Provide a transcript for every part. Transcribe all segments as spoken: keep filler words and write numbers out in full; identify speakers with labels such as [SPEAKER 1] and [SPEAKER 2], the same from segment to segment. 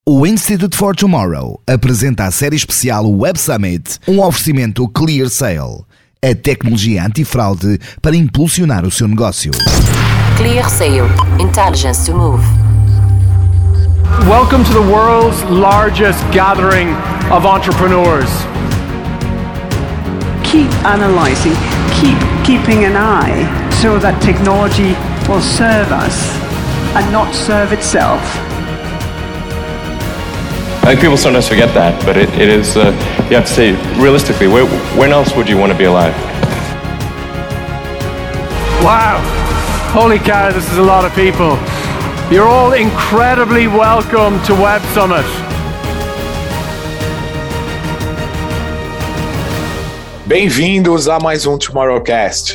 [SPEAKER 1] O Institute for Tomorrow apresenta a série especial Web Summit, um oferecimento ClearSale, a tecnologia antifraude para impulsionar o seu negócio.
[SPEAKER 2] ClearSale, intelligence to move.
[SPEAKER 3] Welcome to the world's largest gathering of entrepreneurs.
[SPEAKER 4] Keep analyzing, keep keeping an eye so that technology will serve us and not serve itself.
[SPEAKER 5] I think people sometimes forget that, but it, it is, uh, you have to say, realistically, where, when else would you want to be alive?
[SPEAKER 3] Wow, holy cow, this is a lot of people. You're all incredibly welcome to Web Summit.
[SPEAKER 6] Bem-vindos a mais um Tomorrowcast.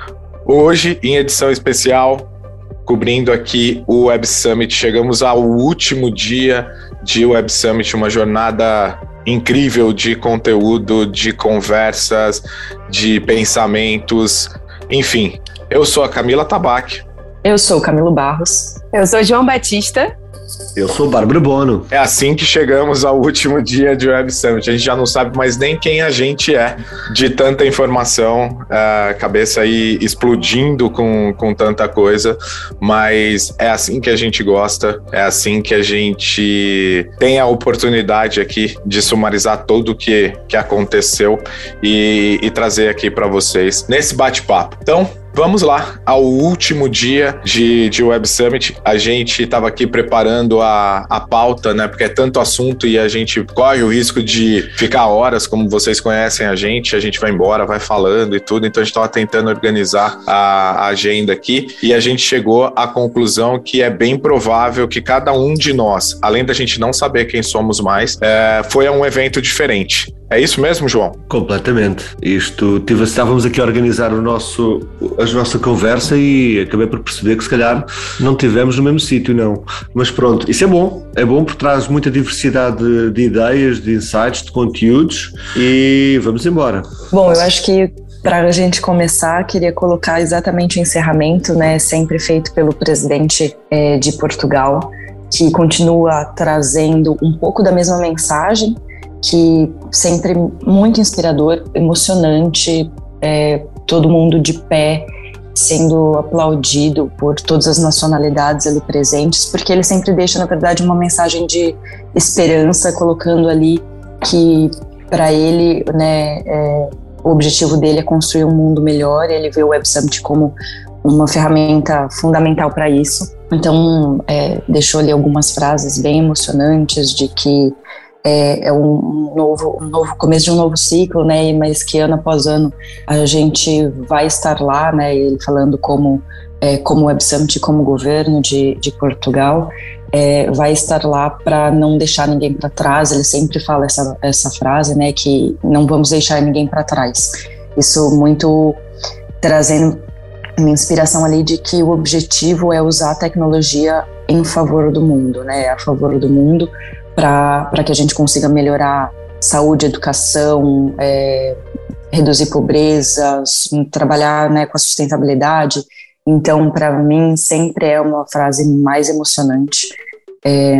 [SPEAKER 6] Hoje, em edição especial, cobrindo aqui o Web Summit. Chegamos ao último dia de Web Summit, uma jornada incrível de conteúdo, de conversas, de pensamentos, enfim. Eu sou a Camila Tabac.
[SPEAKER 7] Eu sou o Camilo Barros.
[SPEAKER 8] Eu sou João Batista.
[SPEAKER 9] Eu sou Bárbara Bono.
[SPEAKER 6] É assim que chegamos ao último dia de Web Summit. A gente já não sabe mais nem quem a gente é, de tanta informação, a cabeça aí explodindo com, com tanta coisa, mas é assim que a gente gosta, é assim que a gente tem a oportunidade aqui de sumarizar tudo o que, que aconteceu e, e trazer aqui para vocês nesse bate-papo. Então, vamos lá, ao último dia de, de Web Summit. A gente estava aqui preparando a, a pauta, né? Porque é tanto assunto e a gente corre o risco de ficar horas, como vocês conhecem a gente. A gente vai embora, vai falando e tudo. Então a gente estava tentando organizar a, a agenda aqui e a gente chegou à conclusão que é bem provável que cada um de nós, além da gente não saber quem somos mais, é, foi a um evento diferente. É isso mesmo, João?
[SPEAKER 9] Completamente. Isto, tive, estávamos aqui a organizar o nosso, a nossa conversa e acabei por perceber que se calhar não tivemos no mesmo sítio, não. Mas pronto, isso é bom. É bom porque traz muita diversidade de, de ideias, de insights, de conteúdos e vamos embora.
[SPEAKER 7] Bom, eu acho que para a gente começar, queria colocar exatamente o encerramento, né, sempre feito pelo presidente é, de Portugal, que continua trazendo um pouco da mesma mensagem, que sempre muito inspirador, emocionante, é, todo mundo de pé, sendo aplaudido por todas as nacionalidades ali presentes, porque ele sempre deixa, na verdade, uma mensagem de esperança, colocando ali que, para ele, né, é, o objetivo dele é construir um mundo melhor. Ele vê o Web Summit como uma ferramenta fundamental para isso. Então, é, deixou ali algumas frases bem emocionantes de que É, é um, novo, um novo começo de um novo ciclo, né? Mas que ano após ano a gente vai estar lá, né? Ele falando como é, como Web Summit, como governo de, de Portugal, é, vai estar lá para não deixar ninguém para trás. Ele sempre fala essa, essa frase, né? Que não vamos deixar ninguém para trás. Isso muito trazendo uma inspiração ali de que o objetivo é usar a tecnologia em favor do mundo, né? A favor do mundo, para que a gente consiga melhorar saúde, educação, é, reduzir pobreza, trabalhar, né, com a sustentabilidade. Então, para mim, sempre é uma frase mais emocionante é,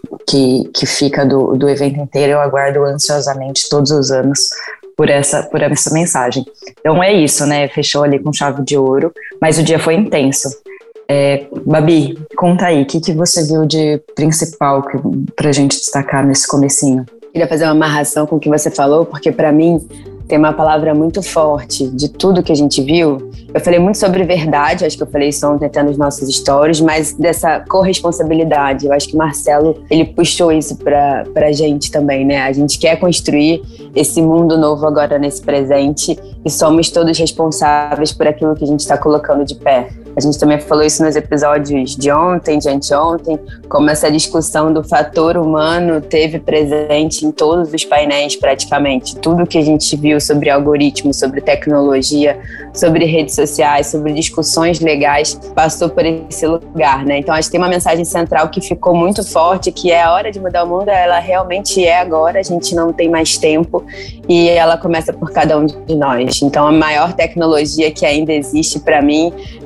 [SPEAKER 7] que, que fica do, do evento inteiro. Eu aguardo ansiosamente todos os anos por essa, por essa mensagem. Então é isso, né? Fechou ali com chave de ouro, mas o dia foi intenso. É, Babi, conta aí, o que, que você viu de principal que, pra gente destacar nesse comecinho?
[SPEAKER 8] Queria fazer uma amarração com o que você falou, porque para mim tem uma palavra muito forte de tudo que a gente viu. Eu falei muito sobre verdade, acho que eu falei isso ontem até nos nossos stories, mas dessa corresponsabilidade. Eu acho que o Marcelo, ele puxou isso pra, pra gente também, né? A gente quer construir esse mundo novo agora nesse presente e somos todos responsáveis por aquilo que a gente está colocando de pé. A gente também falou isso nos episódios de ontem, de anteontem, como essa discussão do fator humano teve presente em todos os painéis praticamente. Tudo que a gente viu sobre algoritmos, sobre tecnologia, sobre redes sociais, sobre discussões legais, passou por esse lugar, né? Então acho que tem uma mensagem central que ficou muito forte, que é a hora de mudar o mundo, ela realmente é agora, a gente não tem mais tempo e ela começa por cada um de nós. Então a maior tecnologia que ainda existe para mim é o nosso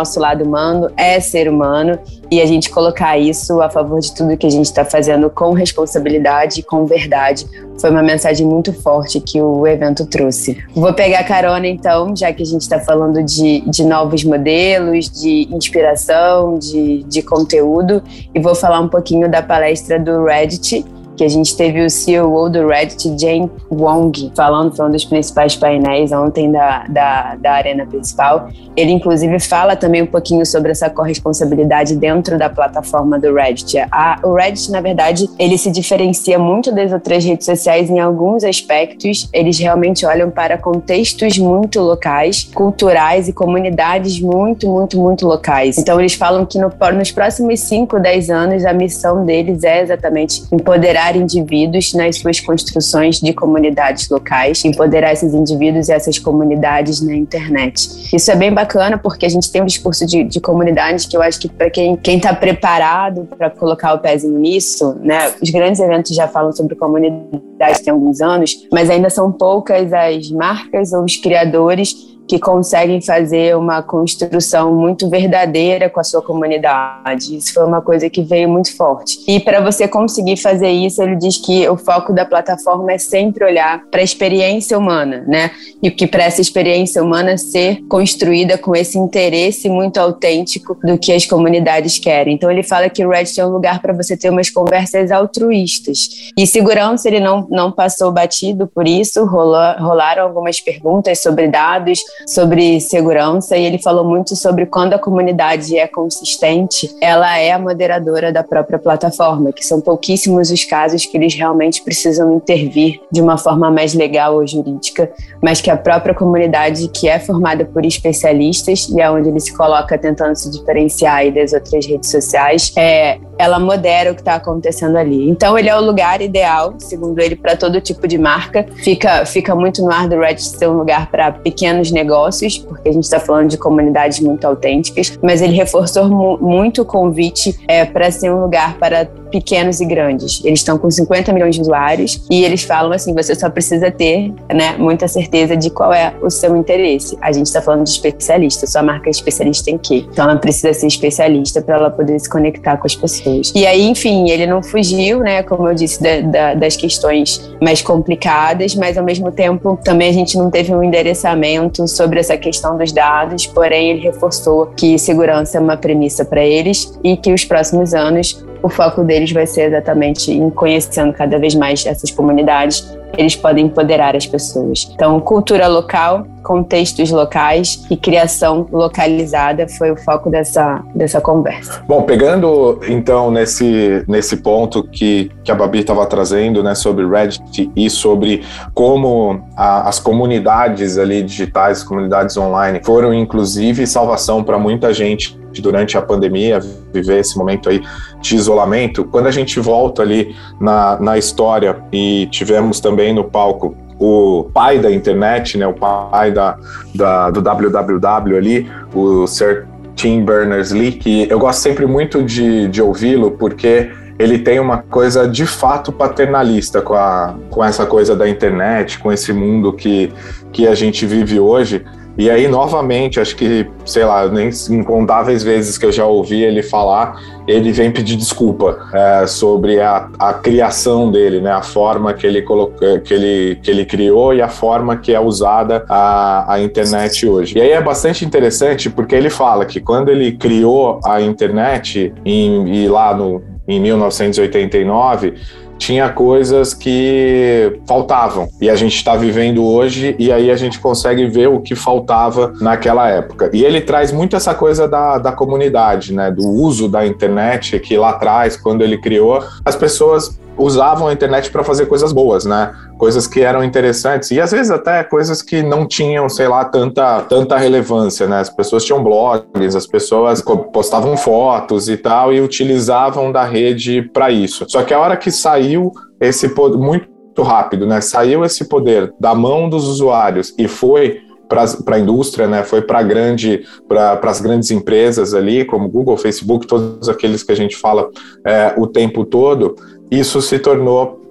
[SPEAKER 8] nosso lado humano, é ser humano, e a gente colocar isso a favor de tudo que a gente está fazendo com responsabilidade e com verdade. Foi uma mensagem muito forte que o evento trouxe. Vou pegar carona, então, já que a gente está falando de, de novos modelos, de inspiração, de, de conteúdo, e vou falar um pouquinho da palestra do Reddit, que a gente teve o C E O do Reddit, Jane Wong, falando, foi um dos principais painéis ontem da, da, da arena principal. Ele, inclusive, fala também um pouquinho sobre essa corresponsabilidade dentro da plataforma do Reddit. A, o Reddit, na verdade, ele se diferencia muito das outras redes sociais em alguns aspectos. Eles realmente olham para contextos muito locais, culturais e comunidades muito, muito, muito locais. Então, eles falam que no, nos próximos cinco, dez anos, a missão deles é exatamente empoderar indivíduos nas suas construções de comunidades locais, empoderar esses indivíduos e essas comunidades na internet. Isso é bem bacana porque a gente tem um discurso de, de comunidade que eu acho que para quem quem está preparado para colocar o pezinho nisso, né? Os grandes eventos já falam sobre comunidade tem alguns anos, mas ainda são poucas as marcas ou os criadores que conseguem fazer uma construção muito verdadeira com a sua comunidade. Isso foi uma coisa que veio muito forte. E para você conseguir fazer isso, ele diz que o foco da plataforma é sempre olhar para a experiência humana, né? E que para essa experiência humana ser construída com esse interesse muito autêntico do que as comunidades querem. Então ele fala que o Reddit é um lugar para você ter umas conversas altruístas. E segurança, ele não, não passou batido por isso, rolou, rolaram algumas perguntas sobre dados, sobre segurança, e ele falou muito sobre quando a comunidade é consistente, ela é a moderadora da própria plataforma, que são pouquíssimos os casos que eles realmente precisam intervir de uma forma mais legal ou jurídica, mas que a própria comunidade, que é formada por especialistas, e é onde ele se coloca tentando se diferenciar aí das outras redes sociais, é, ela modera o que está acontecendo ali. Então ele é o lugar ideal, segundo ele, para todo tipo de marca. Fica, fica muito no ar do Reddit ser um lugar para pequenos negócios, porque a gente está falando de comunidades muito autênticas, mas ele reforçou mu- muito o convite é, para ser um lugar para pequenos e grandes. Eles estão com cinquenta milhões de usuários e eles falam assim, você só precisa ter, né, muita certeza de qual é o seu interesse. A gente está falando de especialista, sua marca é especialista em quê? Então ela precisa ser especialista para ela poder se conectar com as pessoas. E aí, enfim, ele não fugiu, né, como eu disse, da, da, das questões mais complicadas, mas ao mesmo tempo também a gente não teve um endereçamento sobre essa questão dos dados, porém ele reforçou que segurança é uma premissa para eles e que os próximos anos o foco deles vai ser exatamente em conhecendo cada vez mais essas comunidades, eles podem empoderar as pessoas. Então, cultura local, contextos locais e criação localizada foi o foco dessa, dessa conversa.
[SPEAKER 6] Bom, pegando então nesse, nesse ponto que, que a Babi estava trazendo, né, sobre Reddit e sobre como a, as comunidades ali digitais, as comunidades online foram inclusive salvação para muita gente durante a pandemia, viver esse momento aí de isolamento. Quando a gente volta ali na, na história e tivemos também no palco o pai da internet, né, o pai da, da, do W W W ali, o Sir Tim Berners-Lee, que eu gosto sempre muito de, de ouvi-lo, porque ele tem uma coisa de fato paternalista com, a, com essa coisa da internet, com esse mundo que, que a gente vive hoje. E aí, novamente, acho que, sei lá, nem incontáveis vezes que eu já ouvi ele falar, ele vem pedir desculpa é, sobre a, a criação dele, né? A forma que ele, colocou, que, ele, que ele criou e a forma que é usada a, a internet hoje. E aí é bastante interessante porque ele fala que quando ele criou a internet, em, e lá no, em mil novecentos e oitenta e nove, tinha coisas que faltavam e a gente está vivendo hoje, e aí a gente consegue ver o que faltava naquela época. E ele traz muito essa coisa da, da comunidade, né, do uso da internet, que lá atrás, quando ele criou, as pessoas usavam a internet para fazer coisas boas, né? Coisas que eram interessantes e às vezes até coisas que não tinham, sei lá, tanta, tanta relevância, né? As pessoas tinham blogs, as pessoas postavam fotos e tal e utilizavam da rede para isso. Só que a hora que saiu esse poder, muito rápido, né? Saiu esse poder da mão dos usuários e foi para a indústria, né? Foi para grande, para as grandes empresas ali, como Google, Facebook, todos aqueles que a gente fala é, o tempo todo. Isso se tornou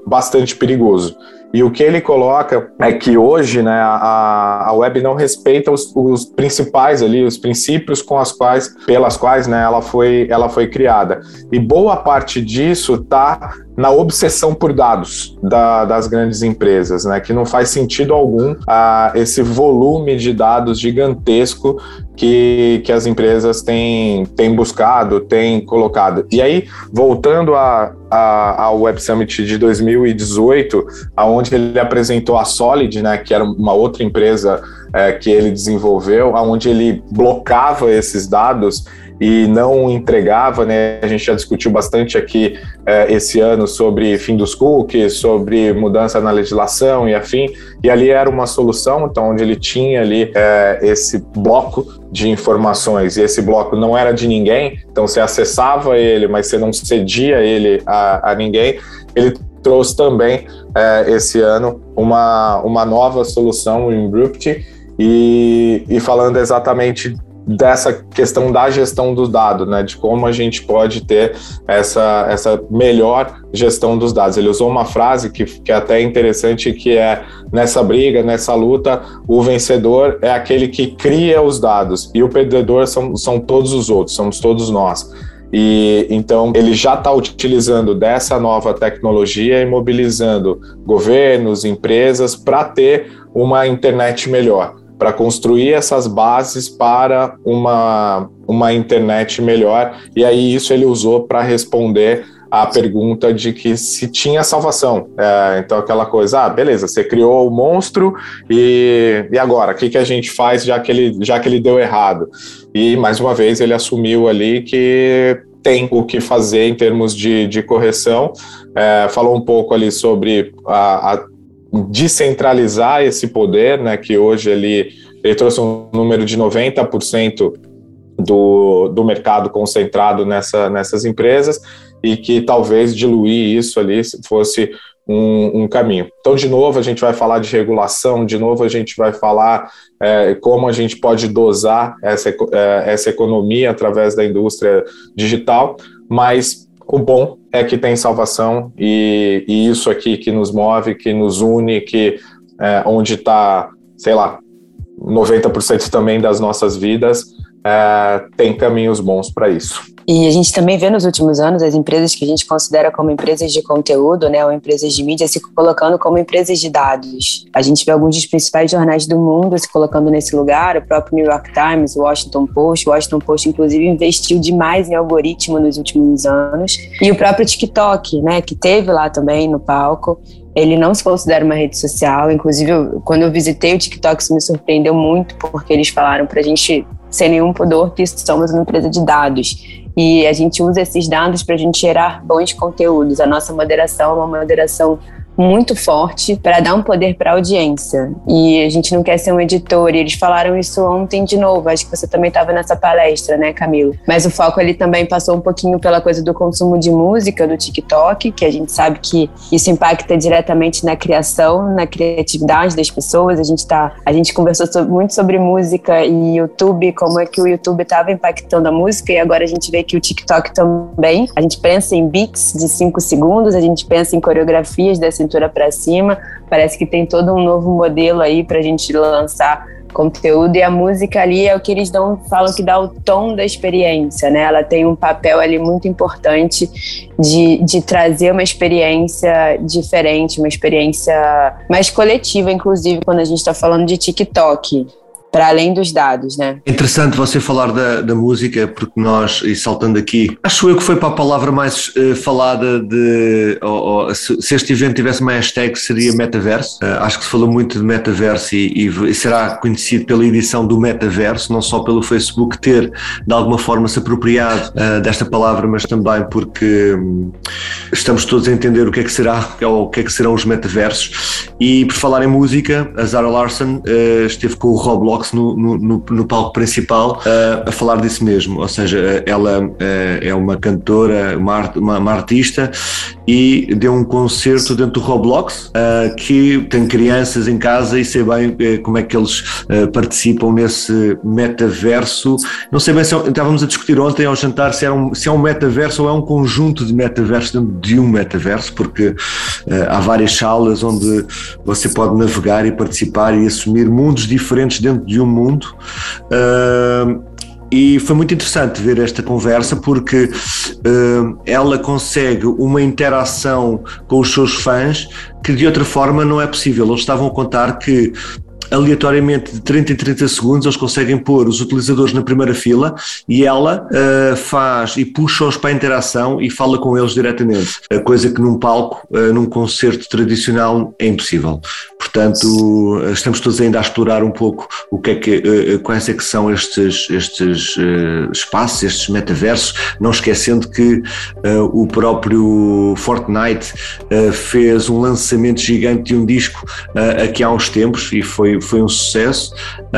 [SPEAKER 6] bastante perigoso. E o que ele coloca é que hoje, né, a, a web não respeita os, os principais ali, os princípios com as quais, pelas quais, né, ela foi, ela foi criada. E boa parte disso está na obsessão por dados da, das grandes empresas, né, que não faz sentido algum a, esse volume de dados gigantesco que, que as empresas têm, têm buscado, têm colocado. E aí, voltando a, a, ao Web Summit de dois mil e dezoito, onde ele apresentou a Solid, né, que era uma outra empresa é, que ele desenvolveu, onde ele blocava esses dados e não entregava, né? A gente já discutiu bastante aqui é, esse ano sobre fim dos cookies, sobre mudança na legislação e afim, e ali era uma solução, então, onde ele tinha ali é, esse bloco de informações, e esse bloco não era de ninguém, então você acessava ele, mas você não cedia ele a, a ninguém. Ele trouxe também é, esse ano uma, uma nova solução, o Imbrupt, e, e falando exatamente dessa questão da gestão dos dados, né, de como a gente pode ter essa, essa melhor gestão dos dados. Ele usou uma frase que, que é até interessante, que é: nessa briga, nessa luta, o vencedor é aquele que cria os dados e o perdedor são, são todos os outros, somos todos nós. E então ele já está utilizando dessa nova tecnologia e mobilizando governos, empresas para ter uma internet melhor, para construir essas bases para uma, uma internet melhor. E aí isso ele usou para responder a pergunta de que se tinha salvação. É, então aquela coisa, ah, beleza, você criou o monstro e, e agora? O que, que a gente faz já que, ele, já que ele deu errado? E mais uma vez ele assumiu ali que tem o que fazer em termos de, de correção. É, falou um pouco ali sobre a, a descentralizar esse poder, né, que hoje ele, ele trouxe um número de noventa por cento do, do mercado concentrado nessa, nessas empresas, e que talvez diluir isso ali fosse um, um caminho. Então, de novo, a gente vai falar de regulação, de novo a gente vai falar é, como a gente pode dosar essa, é, essa economia através da indústria digital, mas o bom é que tem salvação, e, e isso aqui que nos move, que nos une, que é, onde está, sei lá, noventa por cento também das nossas vidas, é, tem caminhos bons para isso.
[SPEAKER 8] E a gente também vê nos últimos anos as empresas que a gente considera como empresas de conteúdo, né, ou empresas de mídia, se colocando como empresas de dados. A gente vê alguns dos principais jornais do mundo se colocando nesse lugar, o próprio New York Times, o Washington Post. O Washington Post, inclusive, investiu demais em algoritmo nos últimos anos. E o próprio TikTok, né, que teve lá também no palco. Ele não se considera uma rede social. Inclusive, eu, quando eu visitei o TikTok, isso me surpreendeu muito, porque eles falaram pra gente, sem nenhum pudor, que somos uma empresa de dados. E a gente usa esses dados para a gente gerar bons conteúdos. A nossa moderação é uma moderação muito forte para dar um poder para a audiência. E a gente não quer ser um editor, e eles falaram isso ontem de novo. Acho que você também estava nessa palestra, né, Camilo? Mas o foco ali também passou um pouquinho pela coisa do consumo de música, do TikTok, que a gente sabe que isso impacta diretamente na criação, na criatividade das pessoas. A gente, tá, a gente conversou sobre, muito sobre música e YouTube, como é que o YouTube estava impactando a música, e agora a gente vê que o TikTok também. A gente pensa em beats de cinco segundos, a gente pensa em coreografias dessa cintura para cima. Parece que tem todo um novo modelo aí para a gente lançar conteúdo, e a música ali é o que eles dão, falam que dá o tom da experiência, né? Ela tem um papel ali muito importante de, de trazer uma experiência diferente, uma experiência mais coletiva, inclusive quando a gente está falando de TikTok. Para além dos dados, né?
[SPEAKER 9] Interessante você falar da, da música, porque nós, e saltando aqui, acho eu que foi para a palavra mais uh, falada de, oh, oh, se, se este evento tivesse uma hashtag, seria metaverso. Uh, acho que se falou muito de metaverso e, e, e será conhecido pela edição do metaverso, não só pelo Facebook ter de alguma forma se apropriado uh, desta palavra, mas também porque um, estamos todos a entender o que é que será, ou o que é que serão os metaversos. E por falar em música, a Zara Larsson uh, esteve com o Roblox No, no, no palco principal uh, a falar disso mesmo, ou seja, ela uh, é uma cantora, uma, uma, uma artista, e deu um concerto dentro do Roblox, uh, que tem crianças em casa e sei bem uh, como é que eles uh, participam nesse metaverso. Não sei bem se é, estávamos a discutir ontem ao jantar se é, um, se é um metaverso ou é um conjunto de metaversos dentro de um metaverso, porque há várias salas onde você pode navegar e participar e assumir mundos diferentes dentro de um mundo. E foi muito interessante ver esta conversa porque uh, ela consegue uma interação com os seus fãs que de outra forma não é possível. Eles estavam a contar que aleatoriamente de trinta em trinta segundos eles conseguem pôr os utilizadores na primeira fila e ela uh, faz e puxa-os para a interação e fala com eles diretamente, a coisa que num palco, uh, num concerto tradicional é impossível. Portanto, estamos todos ainda a explorar um pouco o que é que, uh, quais é que são estes, estes uh, espaços, estes metaversos, não esquecendo que uh, o próprio Fortnite uh, fez um lançamento gigante de um disco uh, aqui há uns tempos e foi foi um sucesso,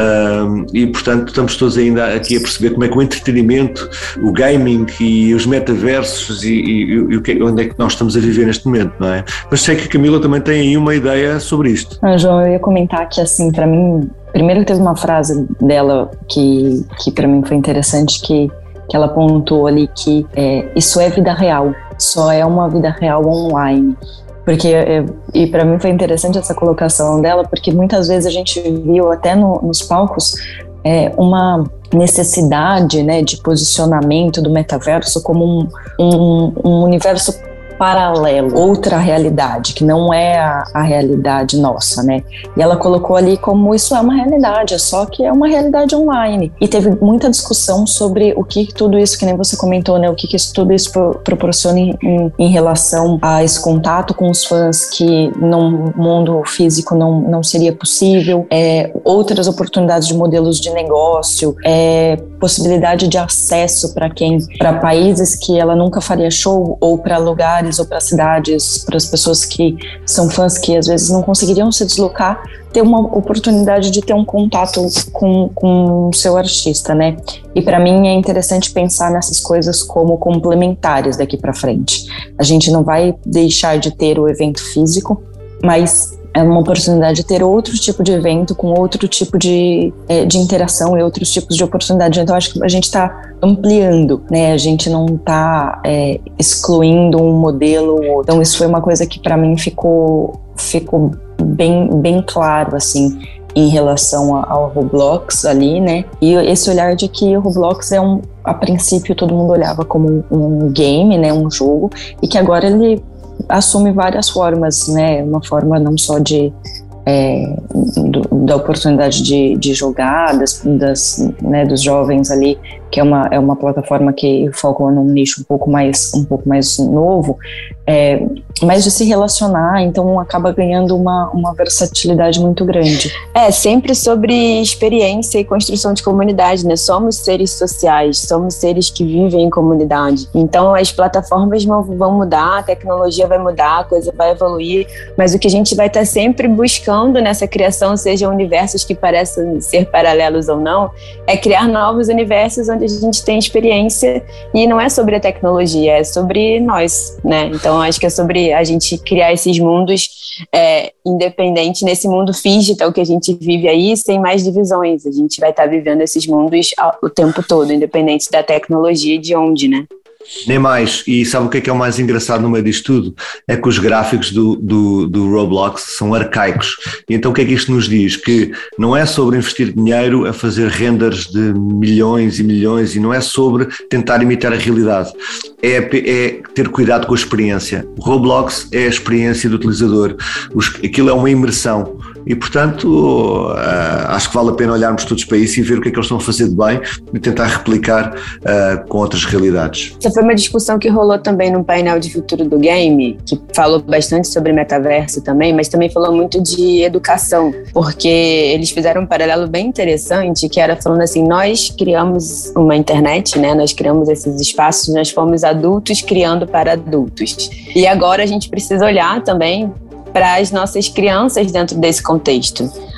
[SPEAKER 9] um, e portanto estamos todos ainda aqui a perceber como é que o entretenimento, o gaming e os metaversos e, e, e o que, onde é que nós estamos a viver neste momento, não é? Mas sei que a Camila também tem aí uma ideia sobre isto.
[SPEAKER 7] Ah, João, eu ia comentar que assim, para mim, primeiro teve uma frase dela que, que para mim foi interessante, que, que ela pontuou ali que é, isso é vida real, só é uma vida real online. Porque, e para mim foi interessante essa colocação dela, porque muitas vezes a gente viu até no, nos palcos é, uma necessidade, né, de posicionamento do metaverso como um, um, um universo paralelo, outra realidade, que não é a, a realidade nossa, né? E ela colocou ali como isso é uma realidade, só que é uma realidade online. E teve muita discussão sobre o que tudo isso, que nem você comentou, né? O que, que isso, tudo isso pro, proporciona em, em relação a esse contato com os fãs que no mundo físico não, não seria possível, é, outras oportunidades de modelos de negócio, é, possibilidade de acesso para quem, para países que ela nunca faria show, ou para lugares ou para cidades, para as pessoas que são fãs que às vezes não conseguiriam se deslocar, ter uma oportunidade de ter um contato com, com o seu artista, né? E para mim é interessante pensar nessas coisas como complementares daqui para frente. A gente não vai deixar de ter o evento físico, mas é uma oportunidade de ter outro tipo de evento, com outro tipo de, é, de interação e outros tipos de oportunidade. Então, acho que a gente está ampliando, né? A gente não está é, excluindo um modelo ou outro. Então, isso foi uma coisa que, para mim, ficou, ficou bem, bem claro, assim, em relação ao Roblox ali, né? E esse olhar de que o Roblox é um, a princípio, todo mundo olhava como um game, né? Um jogo, e que agora ele assume várias formas, né? Uma forma não só de é, do, da oportunidade de, de jogar das, das, né, dos jovens ali, que é uma, é uma plataforma que foca num nicho um pouco mais, um pouco mais novo, é, mas de se relacionar, então acaba ganhando uma, uma versatilidade muito grande.
[SPEAKER 8] É, sempre sobre experiência e construção de comunidade, né? Somos seres sociais, somos seres que vivem em comunidade. Então as plataformas vão, vão mudar, a tecnologia vai mudar, a coisa vai evoluir, mas o que a gente vai estar sempre buscando nessa criação, sejam universos que parecem ser paralelos ou não, é criar novos universos onde a gente tem experiência, e não é sobre a tecnologia, é sobre nós, né? Então acho que é sobre a gente criar esses mundos é, independentes nesse mundo digital que a gente vive aí, sem mais divisões. A gente vai estar vivendo esses mundos o tempo todo, independente da tecnologia e de onde, né?
[SPEAKER 9] Nem mais. E sabe o que é que é o mais engraçado no meio disto tudo? É que os gráficos do, do, do Roblox são arcaicos. E então o que é que isto nos diz? Que não é sobre investir dinheiro a fazer renders de milhões e milhões, e não é sobre tentar imitar a realidade. É, é ter cuidado com a experiência. O Roblox é a experiência do utilizador. Os, aquilo é uma imersão. E, portanto, uh, acho que vale a pena olharmos todos para isso e ver o que é que eles estão a fazer de bem e tentar replicar uh, com outras realidades.
[SPEAKER 8] Essa foi uma discussão que rolou também no painel de futuro do game, que falou bastante sobre metaverso também, mas também falou muito de educação, porque eles fizeram um paralelo bem interessante, que era falando assim, nós criamos uma internet, né? Nós criamos esses espaços, nós fomos adultos criando para adultos. E agora a gente precisa olhar também para as nossas crianças dentro desse contexto.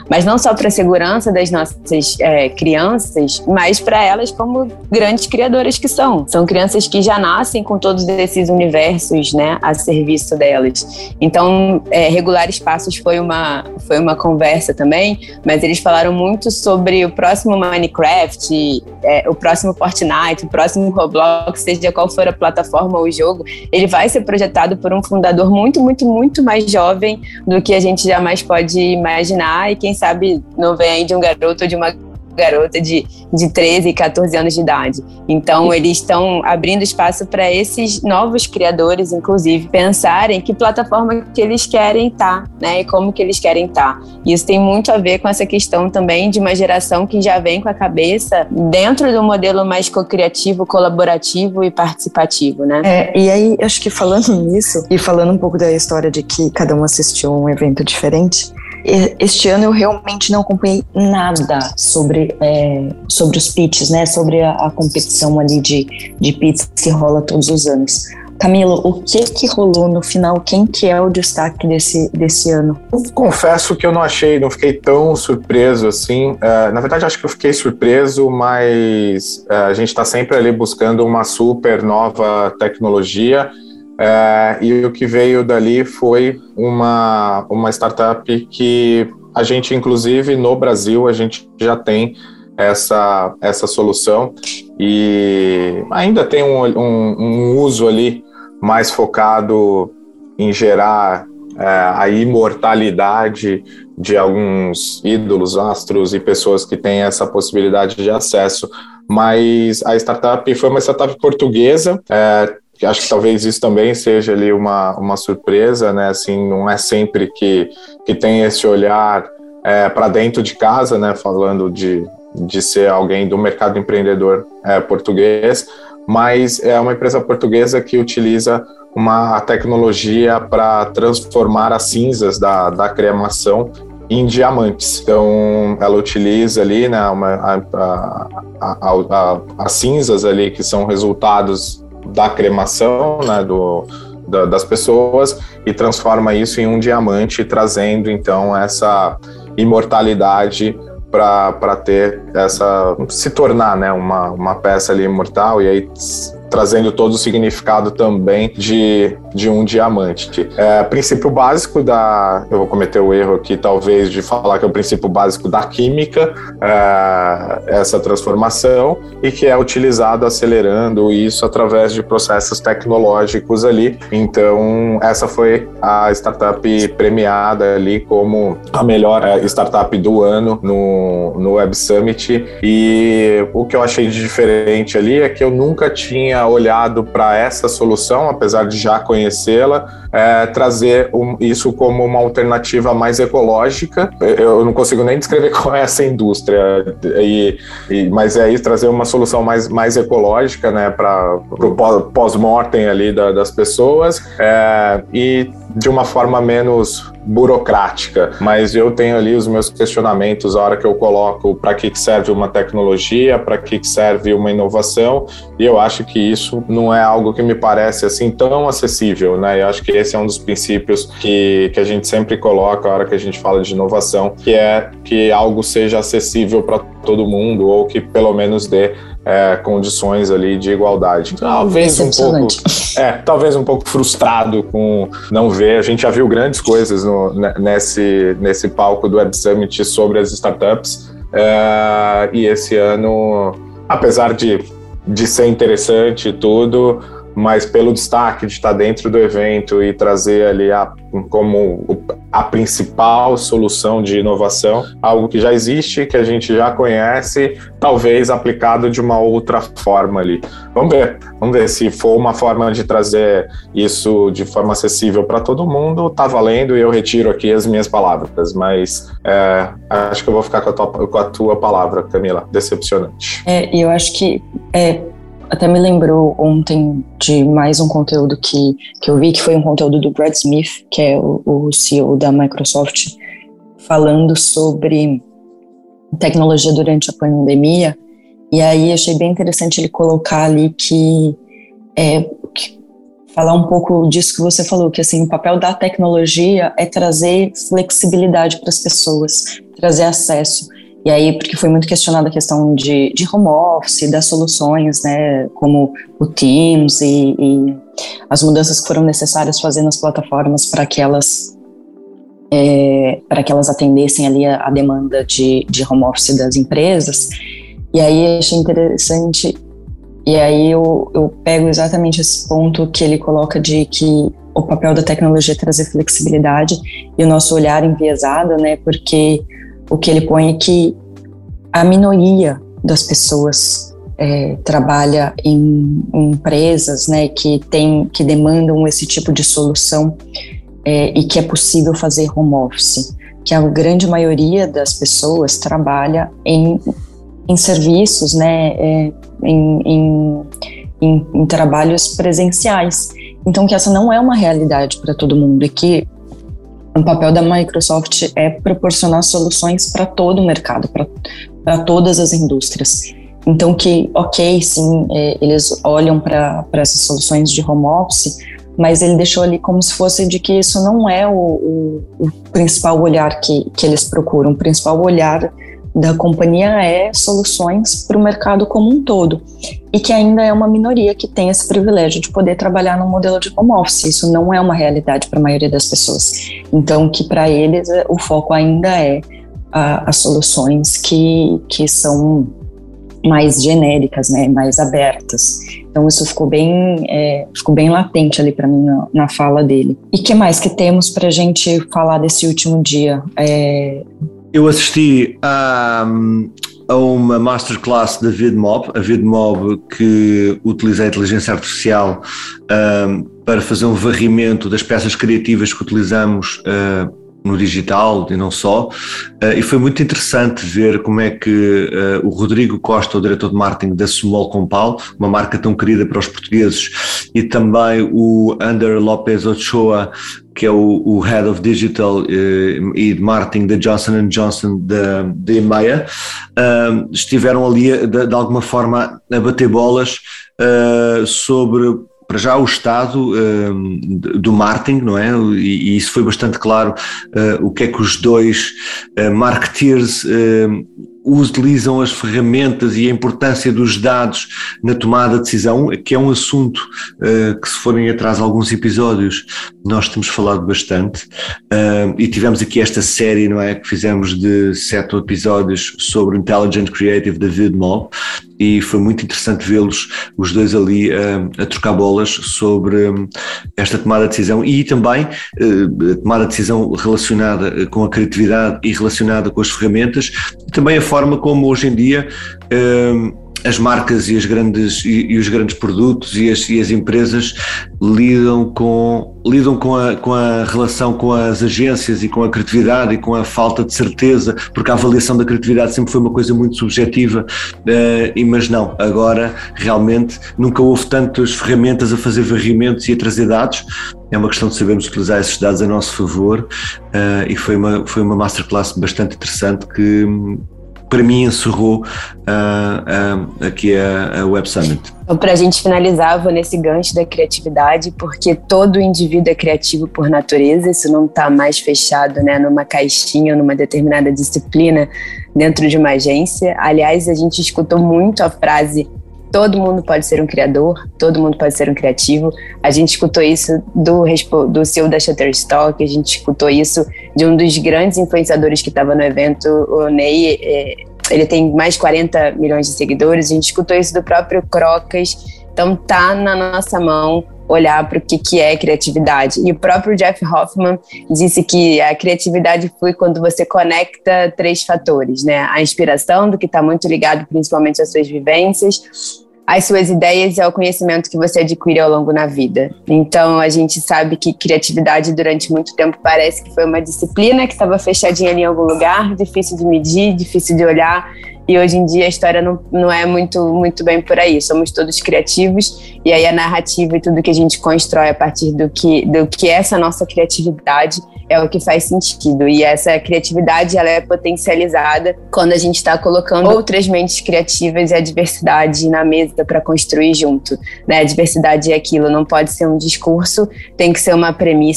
[SPEAKER 8] mas não só para a segurança das nossas é, crianças, mas para elas como grandes criadoras que são. São crianças que já nascem com todos esses universos, né, a serviço delas. Então, é, regular espaços foi uma, foi uma conversa também, mas eles falaram muito sobre o próximo Minecraft, é, o próximo Fortnite, o próximo Roblox, seja qual for a plataforma ou o jogo, ele vai ser projetado por um fundador muito, muito, muito mais jovem do que a gente jamais pode imaginar, e quem sabe não vem aí de um garoto ou de uma garota de, de treze, catorze anos de idade. Então, eles estão abrindo espaço para esses novos criadores, inclusive, pensarem que plataforma que eles querem estar, né, e como que eles querem estar. E isso tem muito a ver com essa questão também de uma geração que já vem com a cabeça dentro do modelo mais co-criativo, colaborativo e participativo, né?
[SPEAKER 7] É, e aí, acho que falando nisso, e falando um pouco da história de que cada um assistiu um evento diferente, este ano eu realmente não acompanhei nada sobre, é, sobre os pitches, né? Sobre a, a competição ali de, de pitches que rola todos os anos. Camilo, o que que rolou no final? Quem que é o destaque desse, desse ano?
[SPEAKER 6] Eu confesso que eu não achei, não fiquei tão surpreso assim. Uh, na verdade, acho que eu fiquei surpreso, mas uh, a gente está sempre ali buscando uma super nova tecnologia. É, e o que veio dali foi uma, uma startup que a gente, inclusive, no Brasil, a gente já tem essa, essa solução e ainda tem um, um, um uso ali mais focado em gerar é, a imortalidade de alguns ídolos, astros e pessoas que têm essa possibilidade de acesso. Mas a startup foi uma startup portuguesa, é, acho que talvez isso também seja ali uma, uma surpresa, né? Assim, não é sempre que, que tem esse olhar é, para dentro de casa, né? Falando de, de ser alguém do mercado empreendedor é, português, mas é uma empresa portuguesa que utiliza uma tecnologia para transformar as cinzas da, da cremação em diamantes. Então, ela utiliza ali, né, uma, a, a, a, a, as cinzas ali que são resultados da cremação, né, do, da, das pessoas, e transforma isso em um diamante, trazendo então essa imortalidade para ter essa, se tornar, né, uma, uma peça ali imortal, e aí trazendo todo o significado também de, de um diamante. É, princípio básico da... Eu vou cometer o erro aqui, talvez, de falar que é o princípio básico da química, é, essa transformação, e que é utilizado acelerando isso através de processos tecnológicos ali. Então, essa foi a startup premiada ali como a melhor startup do ano no, no Web Summit. E o que eu achei de diferente ali é que eu nunca tinha olhado para essa solução, apesar de já conhecê-la, é, trazer um, isso como uma alternativa mais ecológica. Eu não consigo nem descrever qual é essa indústria, e, e, mas é isso, trazer uma solução mais, mais ecológica, né, para o pós-mortem ali da, das pessoas, é, e de uma forma menos burocrática. Mas eu tenho ali os meus questionamentos a hora que eu coloco para que serve uma tecnologia, para que serve uma inovação, e eu acho que isso não é algo que me parece assim tão acessível, né? Eu acho que esse é um dos princípios que, que a gente sempre coloca a hora que a gente fala de inovação, que é que algo seja acessível para todo mundo, ou que pelo menos dê É, condições ali de igualdade. Talvez um pouco, é, talvez um pouco frustrado com não ver. A gente já viu grandes coisas no, nesse, nesse palco do Web Summit sobre as startups, é, e esse ano, apesar de, de ser interessante e tudo, mas pelo destaque de estar dentro do evento e trazer ali a, como a principal solução de inovação, algo que já existe, que a gente já conhece, talvez aplicado de uma outra forma ali. Vamos ver, vamos ver se for uma forma de trazer isso de forma acessível para todo mundo, tá valendo, e eu retiro aqui as minhas palavras, mas é, acho que eu vou ficar com a tua, com a tua palavra, Camila, decepcionante.
[SPEAKER 7] É, e eu acho que é, até me lembrou ontem de mais um conteúdo que, que eu vi, que foi um conteúdo do Brad Smith, que é o, o C E O da Microsoft, falando sobre tecnologia durante a pandemia. E aí achei bem interessante ele colocar ali que, é, que falar um pouco disso que você falou, que assim, o papel da tecnologia é trazer flexibilidade para as pessoas, trazer acesso. E aí, porque foi muito questionada a questão de, de home office, das soluções, né, como o Teams e, e as mudanças que foram necessárias fazer nas plataformas para que elas, é, para que elas atendessem ali a, a demanda de, de home office das empresas. E aí achei interessante, e aí eu, eu pego exatamente esse ponto que ele coloca de que o papel da tecnologia é trazer flexibilidade e o nosso olhar enviesado, né, porque o que ele põe é que a minoria das pessoas é, trabalha em, em empresas, né, que, tem, que demandam esse tipo de solução é, e que é possível fazer home office, que a grande maioria das pessoas trabalha em, em serviços, né, é, em, em, em, em trabalhos presenciais. Então, que essa não é uma realidade para todo mundo, e que o papel da Microsoft é proporcionar soluções para todo o mercado, para todas as indústrias. Então que, ok, sim, é, eles olham para essas soluções de home office, mas ele deixou ali como se fosse de que isso não é o, o, o principal olhar que, que eles procuram. O principal olhar da companhia é soluções para o mercado como um todo, e que ainda é uma minoria que tem esse privilégio de poder trabalhar no modelo de home office. Isso não é uma realidade para a maioria das pessoas. Então, que para eles o foco ainda é a, as soluções que, que são mais genéricas, né, mais abertas. Então, isso ficou bem, é, ficou bem latente ali para mim na, na fala dele. E o que mais que temos para a gente falar desse último dia? É...
[SPEAKER 9] Eu assisti a, a uma masterclass da VidMob, a VidMob que utiliza a inteligência artificial um, para fazer um varrimento das peças criativas que utilizamos uh, no digital e não só, uh, e foi muito interessante ver como é que uh, o Rodrigo Costa, o diretor de marketing da Sumol Compal, uma marca tão querida para os portugueses, e também o Ander Lopez Ochoa, que é o, o Head of Digital uh, e de Marketing da Johnson and Johnson da, da EMEA, uh, estiveram ali de, de alguma forma a bater bolas uh, sobre, para já, o estado uh, do marketing, não é? E, e isso foi bastante claro, uh, o que é que os dois uh, marketeers uh, utilizam as ferramentas e a importância dos dados na tomada de decisão, que é um assunto uh, que, se forem atrás alguns episódios, nós temos falado bastante, uh, e tivemos aqui esta série, não é, que fizemos de sete episódios sobre o Intelligent Creative da VidMob, e foi muito interessante vê-los, os dois ali uh, a trocar bolas sobre um, esta tomada de decisão, e também uh, a tomada de decisão relacionada com a criatividade e relacionada com as ferramentas, e também a forma como hoje em dia uh, as marcas e, as grandes, e, e os grandes produtos e as, e as empresas lidam, com, lidam com, a, com a relação com as agências e com a criatividade e com a falta de certeza, porque a avaliação da criatividade sempre foi uma coisa muito subjetiva, uh, mas não, agora realmente nunca houve tantas ferramentas a fazer varrimentos e a trazer dados. É uma questão de sabermos utilizar esses dados a nosso favor, uh, e foi uma, foi uma masterclass bastante interessante que, para mim, encerrou uh, uh, aqui a, a Web Summit.
[SPEAKER 8] Então, para a gente finalizar, vou nesse gancho da criatividade, porque todo indivíduo é criativo por natureza, isso não está mais fechado, né, numa caixinha, numa determinada disciplina dentro de uma agência. Aliás, a gente escutou muito a frase: todo mundo pode ser um criador, todo mundo pode ser um criativo. A gente escutou isso do, do C E O da Shutterstock, a gente escutou isso de um dos grandes influenciadores que estava no evento, o Ney, é, ele tem mais de quarenta milhões de seguidores, a gente escutou isso do próprio Crocas. Então tá na nossa mão olhar para o que, que é criatividade. E o próprio Jeff Hoffman disse que a criatividade flui quando você conecta três fatores, né? A inspiração, do que está muito ligado principalmente às suas vivências, as suas ideias e ao conhecimento que você adquire ao longo da vida. Então, a gente sabe que criatividade, durante muito tempo, parece que foi uma disciplina que estava fechadinha ali em algum lugar, difícil de medir, difícil de olhar, e hoje em dia a história não, não é muito, muito bem por aí. Somos todos criativos, e aí a narrativa e tudo que a gente constrói a partir do que, do que é essa nossa criatividade é o que faz sentido. E essa criatividade, ela é potencializada quando a gente está colocando outras mentes criativas e a diversidade na mesa para construir junto, né? A diversidade é aquilo, não pode ser um discurso, tem que ser uma premissa.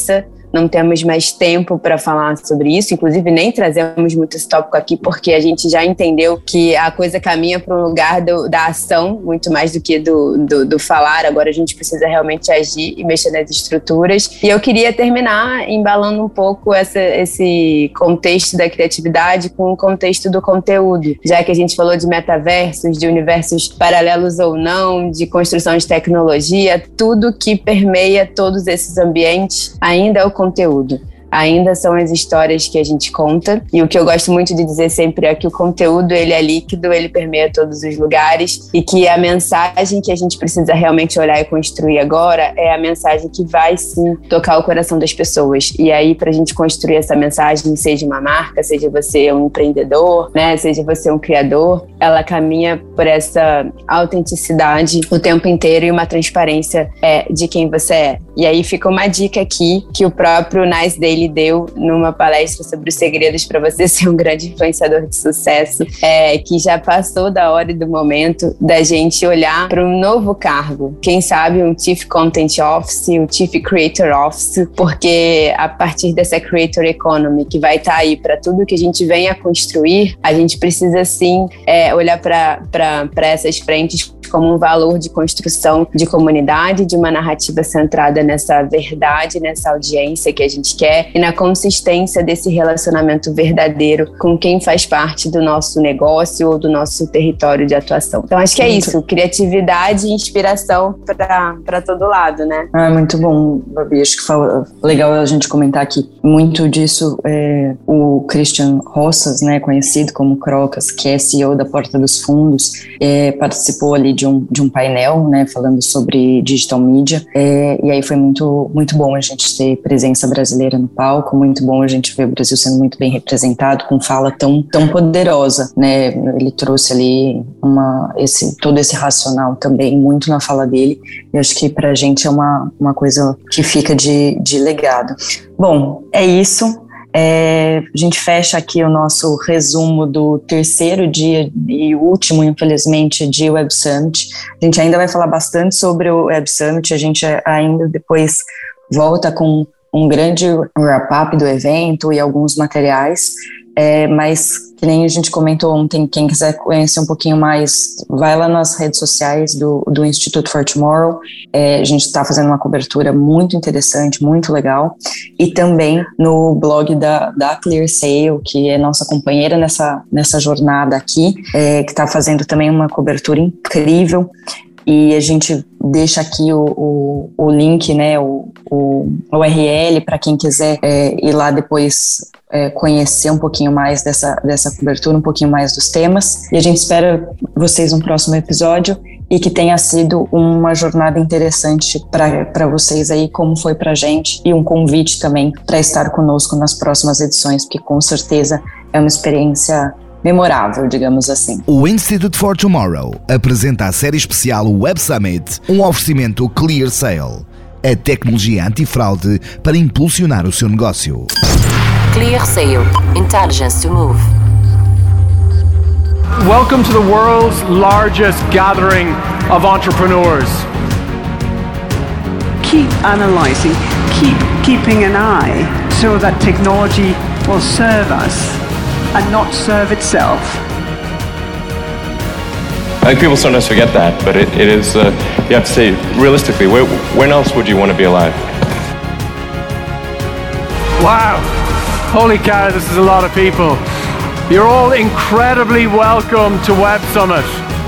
[SPEAKER 8] não temos mais tempo para falar sobre isso, inclusive nem trazemos muito esse tópico aqui, porque a gente já entendeu que a coisa caminha para um lugar do, da ação, muito mais do que do, do, do falar. Agora a gente precisa realmente agir e mexer nas estruturas. E eu queria terminar embalando um pouco essa, esse contexto da criatividade com o contexto do conteúdo, já que a gente falou de metaversos, de universos paralelos ou não, de construção de tecnologia, tudo que permeia todos esses ambientes ainda é o conteúdo. Ainda são as histórias que a gente conta, e o que eu gosto muito de dizer sempre é que o conteúdo, ele é líquido, ele permeia todos os lugares, e que a mensagem que a gente precisa realmente olhar e construir agora é a mensagem que vai sim tocar o coração das pessoas. E aí, pra gente construir essa mensagem, seja uma marca, seja você um empreendedor, né, seja você um criador, ela caminha por essa autenticidade o tempo inteiro e uma transparência é, de quem você é. E aí fica uma dica aqui que o próprio Nice Daily deu numa palestra sobre os segredos para você ser um grande influenciador de sucesso, é, que já passou da hora e do momento da gente olhar para um novo cargo, quem sabe um Chief Content Officer, um Chief Creator Officer, porque a partir dessa Creator Economy que vai estar tá aí para tudo que a gente vem a construir, a gente precisa sim é, olhar para essas frentes como um valor de construção de comunidade, de uma narrativa centrada nessa verdade, nessa audiência que a gente quer e na consistência desse relacionamento verdadeiro com quem faz parte do nosso negócio ou do nosso território de atuação. Então acho que é isso, criatividade e inspiração para todo lado, né?
[SPEAKER 7] Ah, muito bom, Babi. Acho que fala, legal a gente comentar aqui. Muito disso é o Christian Rossas, né, conhecido como Crocas, que é C E O da Porta dos Fundos, é, participou ali de um, de um painel, né, falando sobre digital media, é, e aí foi muito, muito bom a gente ter presença brasileira no palco, muito bom a gente ver o Brasil sendo muito bem representado, com fala tão, tão poderosa, né, ele trouxe ali uma, esse, todo esse racional também, muito na fala dele, e acho que pra gente é uma, uma coisa que fica de, de legado. Bom, é isso. É, a gente fecha aqui o nosso resumo do terceiro dia e último, infelizmente, de Web Summit. A gente ainda vai falar bastante sobre o Web Summit, a gente ainda depois volta com um grande wrap-up do evento e alguns materiais, é, mas que nem a gente comentou ontem, quem quiser conhecer um pouquinho mais, vai lá nas redes sociais do, do Institute for Tomorrow. É, a gente está fazendo uma cobertura muito interessante, muito legal, e também no blog da, da ClearSale, que é nossa companheira nessa, nessa jornada aqui, é, que está fazendo também uma cobertura incrível. E a gente deixa aqui o, o, o link, né, o, o U R L para quem quiser é, ir lá depois é, conhecer um pouquinho mais dessa, dessa cobertura, um pouquinho mais dos temas. E a gente espera vocês no próximo episódio e que tenha sido uma jornada interessante para vocês aí, como foi para a gente, e um convite também para estar conosco nas próximas edições, porque com certeza é uma experiência memorável, digamos assim.
[SPEAKER 1] O Institute for Tomorrow apresenta a série especial Web Summit, um oferecimento ClearSale, a tecnologia antifraude para impulsionar o seu negócio.
[SPEAKER 2] ClearSale. Intelligence to move.
[SPEAKER 3] Welcome to the world's largest gathering of entrepreneurs.
[SPEAKER 4] Keep analyzing, keep keeping an eye so that technology will serve us and not serve itself.
[SPEAKER 5] I think people sometimes forget that, but it, it is, uh, you have to say, realistically, where, when else would you want to be alive?
[SPEAKER 3] Wow, holy cow, this is a lot of people. You're all incredibly welcome to Web Summit.